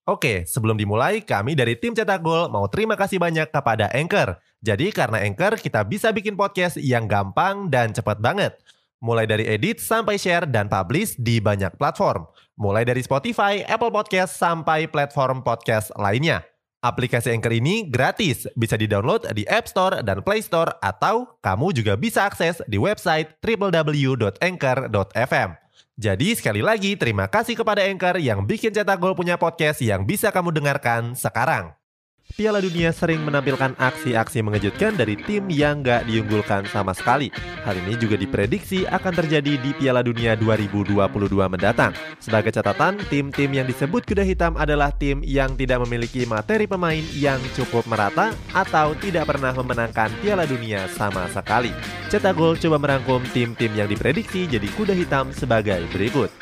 Oke, sebelum dimulai, kami dari tim Cetak Gol mau terima kasih banyak kepada Anchor. Jadi karena Anchor, kita bisa bikin podcast yang gampang dan cepat banget. Mulai dari edit sampai share dan publish di banyak platform. Mulai dari Spotify, Apple Podcast, sampai platform podcast lainnya. Aplikasi Anchor ini gratis, bisa di-download di App Store dan Play Store, atau kamu juga bisa akses di website www.anchor.fm. Jadi sekali lagi terima kasih kepada Anchor yang bikin Cetak Gol punya podcast yang bisa kamu dengarkan sekarang. Piala Dunia sering menampilkan aksi-aksi mengejutkan dari tim yang gak diunggulkan sama sekali. Hal ini juga diprediksi akan terjadi di Piala Dunia 2022 mendatang. Sebagai catatan, tim-tim yang disebut kuda hitam adalah tim yang tidak memiliki materi pemain yang cukup merata atau tidak pernah memenangkan Piala Dunia sama sekali. Cetak Gol coba merangkum tim-tim yang diprediksi jadi kuda hitam sebagai berikut.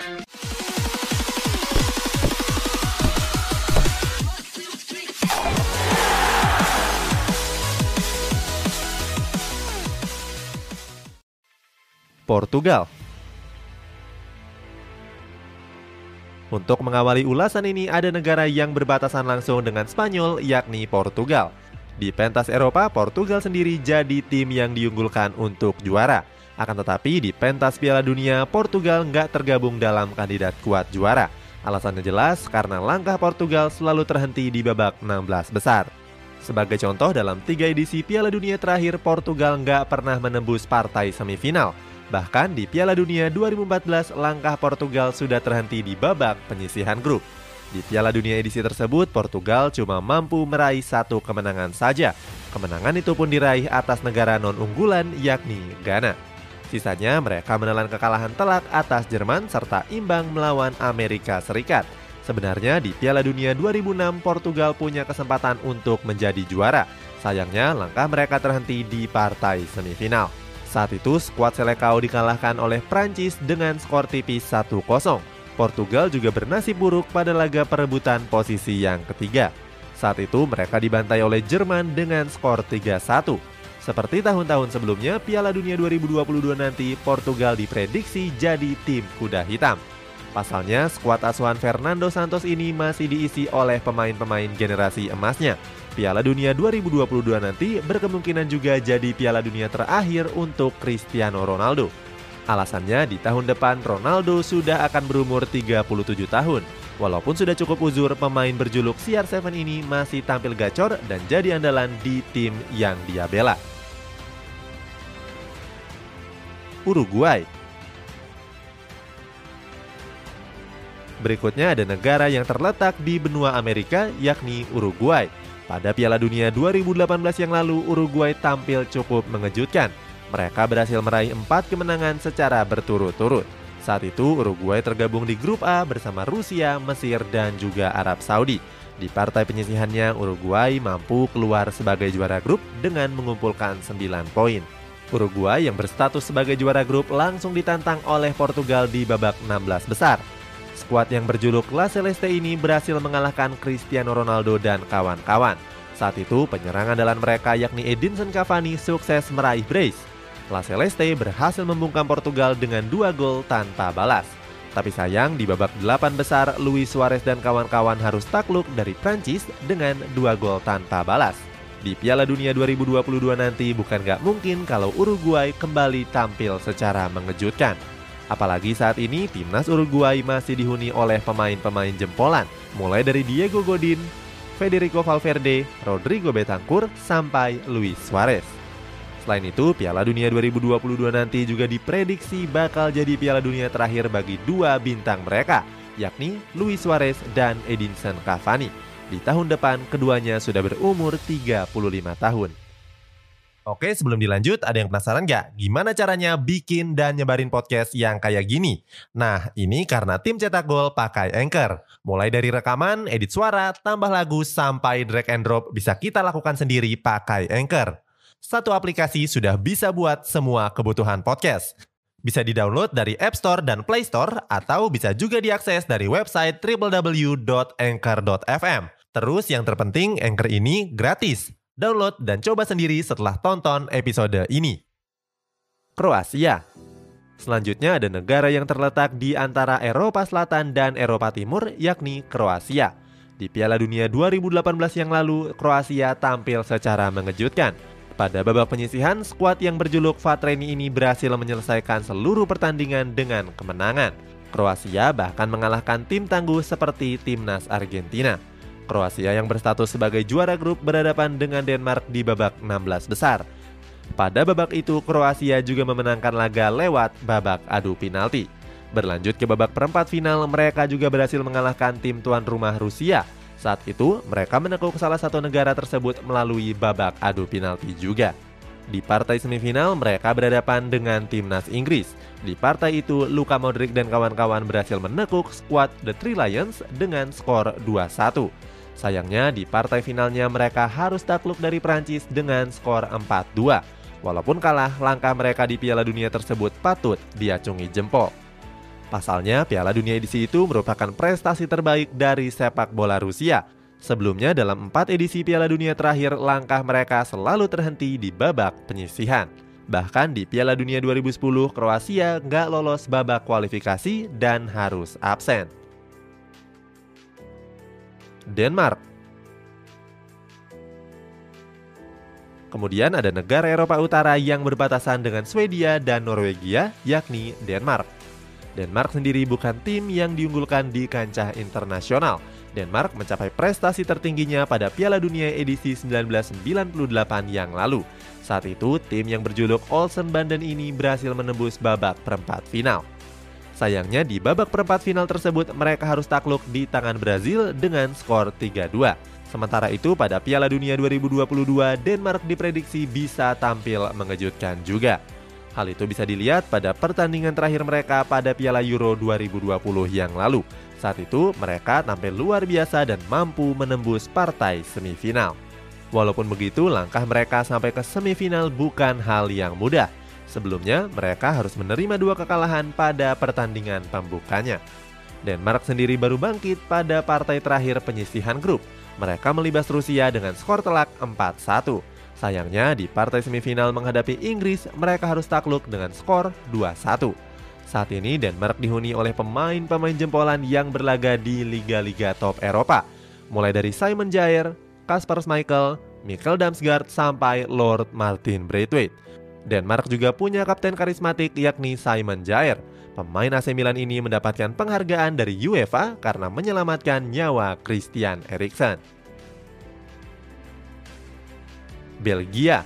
Portugal. Untuk mengawali ulasan ini ada negara yang berbatasan langsung dengan Spanyol, yakni Portugal. Di pentas Eropa, Portugal sendiri jadi tim yang diunggulkan untuk juara. Akan tetapi di pentas Piala Dunia, Portugal nggak tergabung dalam kandidat kuat juara. Alasannya jelas karena langkah Portugal selalu terhenti di babak 16 besar. Sebagai contoh, dalam 3 edisi Piala Dunia terakhir, Portugal nggak pernah menembus partai semifinal. Bahkan di Piala Dunia 2014, langkah Portugal sudah terhenti di babak penyisihan grup. Di Piala Dunia edisi tersebut, Portugal cuma mampu meraih 1 kemenangan saja. Kemenangan itu pun diraih atas negara non-unggulan yakni Ghana. Sisanya mereka menelan kekalahan telak atas Jerman serta imbang melawan Amerika Serikat. Sebenarnya di Piala Dunia 2006, Portugal punya kesempatan untuk menjadi juara. Sayangnya langkah mereka terhenti di partai semifinal. Saat itu, skuad Selecao dikalahkan oleh Prancis dengan skor tipis 1-0. Portugal juga bernasib buruk pada laga perebutan posisi yang ketiga. Saat itu, mereka dibantai oleh Jerman dengan skor 3-1. Seperti tahun-tahun sebelumnya, Piala Dunia 2022 nanti, Portugal diprediksi jadi tim kuda hitam. Pasalnya, skuad asuhan Fernando Santos ini masih diisi oleh pemain-pemain generasi emasnya. Piala Dunia 2022 nanti berkemungkinan juga jadi Piala Dunia terakhir untuk Cristiano Ronaldo. Alasannya di tahun depan Ronaldo sudah akan berumur 37 tahun. Walaupun sudah cukup uzur, pemain berjuluk CR7 ini masih tampil gacor dan jadi andalan di tim yang dia bela. Uruguay. Berikutnya ada negara yang terletak di benua Amerika yakni Uruguay. Pada Piala Dunia 2018 yang lalu, Uruguay tampil cukup mengejutkan. Mereka berhasil meraih 4 kemenangan secara berturut-turut. Saat itu, Uruguay tergabung di grup A bersama Rusia, Mesir, dan juga Arab Saudi. Di partai penyisihannya, Uruguay mampu keluar sebagai juara grup dengan mengumpulkan 9 poin. Uruguay yang berstatus sebagai juara grup langsung ditantang oleh Portugal di babak 16 besar. Skuad yang berjuluk La Celeste ini berhasil mengalahkan Cristiano Ronaldo dan kawan-kawan. Saat itu, penyerang andalan mereka yakni Edinson Cavani sukses meraih brace. La Celeste berhasil membungkam Portugal dengan 2 gol tanpa balas. Tapi sayang, di babak 8 besar, Luis Suarez dan kawan-kawan harus takluk dari Prancis dengan 2 gol tanpa balas. Di Piala Dunia 2022 nanti bukan gak mungkin kalau Uruguay kembali tampil secara mengejutkan. Apalagi saat ini timnas Uruguay masih dihuni oleh pemain-pemain jempolan, mulai dari Diego Godin, Federico Valverde, Rodrigo Betancourt, sampai Luis Suarez. Selain itu, Piala Dunia 2022 nanti juga diprediksi bakal jadi Piala Dunia terakhir bagi 2 bintang mereka, yakni Luis Suarez dan Edinson Cavani. Di tahun depan, keduanya sudah berumur 35 tahun. Oke, sebelum dilanjut, ada yang penasaran gak? Gimana caranya bikin dan nyebarin podcast yang kayak gini? Nah, ini karena tim Cetak Gol pakai Anchor. Mulai dari rekaman, edit suara, tambah lagu, sampai drag and drop bisa kita lakukan sendiri pakai Anchor. Satu aplikasi sudah bisa buat semua kebutuhan podcast. Bisa di-download dari App Store dan Play Store, atau bisa juga diakses dari website www.anchor.fm. Terus yang terpenting, Anchor ini gratis. Download dan coba sendiri setelah tonton episode ini. Kroasia. Selanjutnya ada negara yang terletak di antara Eropa Selatan dan Eropa Timur, yakni Kroasia. Di Piala Dunia 2018 yang lalu, Kroasia tampil secara mengejutkan. Pada babak penyisihan, skuad yang berjuluk Vatreni ini berhasil menyelesaikan seluruh pertandingan dengan kemenangan. Kroasia bahkan mengalahkan tim tangguh seperti timnas Argentina. Kroasia yang berstatus sebagai juara grup berhadapan dengan Denmark di babak 16 besar. Pada babak itu, Kroasia juga memenangkan laga lewat babak adu penalti. Berlanjut ke babak perempat final, mereka juga berhasil mengalahkan tim tuan rumah Rusia. Saat itu, mereka menekuk salah satu negara tersebut melalui babak adu penalti juga. Di partai semifinal, mereka berhadapan dengan timnas Inggris. Di partai itu, Luka Modric dan kawan-kawan berhasil menekuk skuad The Three Lions dengan skor 2-1. Sayangnya, di partai finalnya mereka harus takluk dari Prancis dengan skor 4-2. Walaupun kalah, langkah mereka di Piala Dunia tersebut patut diacungi jempol. Pasalnya, Piala Dunia edisi itu merupakan prestasi terbaik dari sepak bola Rusia. Sebelumnya, dalam 4 edisi Piala Dunia terakhir, langkah mereka selalu terhenti di babak penyisihan. Bahkan di Piala Dunia 2010, Kroasia nggak lolos babak kualifikasi dan harus absen. Denmark. Kemudian ada negara Eropa Utara yang berbatasan dengan Swedia dan Norwegia, yakni Denmark. Denmark sendiri bukan tim yang diunggulkan di kancah internasional. Denmark mencapai prestasi tertingginya pada Piala Dunia edisi 1998 yang lalu. Saat itu, tim yang berjuluk Olsenbanden ini berhasil menembus babak perempat final. Sayangnya di babak perempat final tersebut mereka harus takluk di tangan Brazil dengan skor 3-2. Sementara itu pada Piala Dunia 2022 Denmark diprediksi bisa tampil mengejutkan juga. Hal itu bisa dilihat pada pertandingan terakhir mereka pada Piala Euro 2020 yang lalu. Saat itu mereka tampil luar biasa dan mampu menembus partai semifinal. Walaupun begitu, langkah mereka sampai ke semifinal bukan hal yang mudah. Sebelumnya, mereka harus menerima 2 kekalahan pada pertandingan pembukanya. Denmark sendiri baru bangkit pada partai terakhir penyisihan grup. Mereka melibas Rusia dengan skor telak 4-1. Sayangnya, di partai semifinal menghadapi Inggris, mereka harus takluk dengan skor 2-1. Saat ini, Denmark dihuni oleh pemain-pemain jempolan yang berlaga di liga-liga top Eropa. Mulai dari Simon Kjær, Kasper Schmeichel, Mikkel Damsgaard, sampai Lord Martin Braithwaite. Denmark juga punya kapten karismatik yakni Simon Kjær. Pemain AC Milan ini mendapatkan penghargaan dari UEFA karena menyelamatkan nyawa Christian Eriksen. Belgia.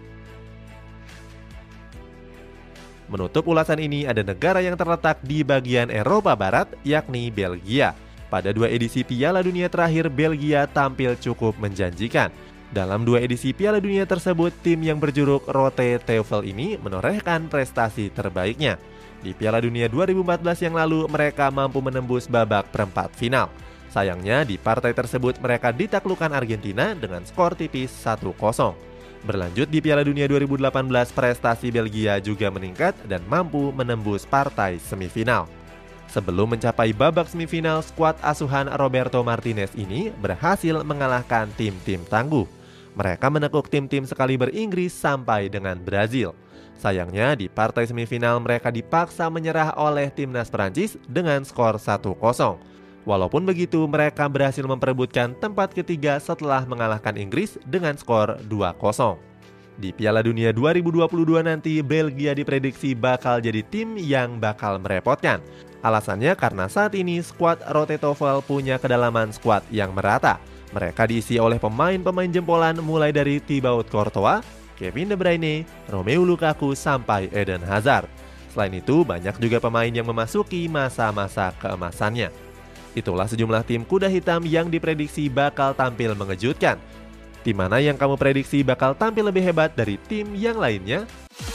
Menutup ulasan ini ada negara yang terletak di bagian Eropa Barat yakni Belgia. Pada 2 edisi Piala Dunia terakhir, Belgia tampil cukup menjanjikan. Dalam 2 edisi Piala Dunia tersebut, tim yang berjuluk Rote Teufel ini menorehkan prestasi terbaiknya. Di Piala Dunia 2014 yang lalu, mereka mampu menembus babak perempat final. Sayangnya, di partai tersebut mereka ditaklukkan Argentina dengan skor tipis 1-0. Berlanjut di Piala Dunia 2018, prestasi Belgia juga meningkat dan mampu menembus partai semifinal. Sebelum mencapai babak semifinal, skuad asuhan Roberto Martinez ini berhasil mengalahkan tim-tim tangguh. Mereka menekuk tim-tim sekaliber Inggris sampai dengan Brazil. Sayangnya di partai semifinal mereka dipaksa menyerah oleh timnas Prancis dengan skor 1-0. Walaupun begitu, mereka berhasil memperebutkan tempat ketiga setelah mengalahkan Inggris dengan skor 2-0. Di Piala Dunia 2022 nanti, Belgia diprediksi bakal jadi tim yang bakal merepotkan. Alasannya karena saat ini skuad Rote Teufel punya kedalaman skuad yang merata. Mereka diisi oleh pemain-pemain jempolan mulai dari Thibaut Courtois, Kevin De Bruyne, Romelu Lukaku, sampai Eden Hazard. Selain itu, banyak juga pemain yang memasuki masa-masa keemasannya. Itulah sejumlah tim kuda hitam yang diprediksi bakal tampil mengejutkan. Tim mana yang kamu prediksi bakal tampil lebih hebat dari tim yang lainnya?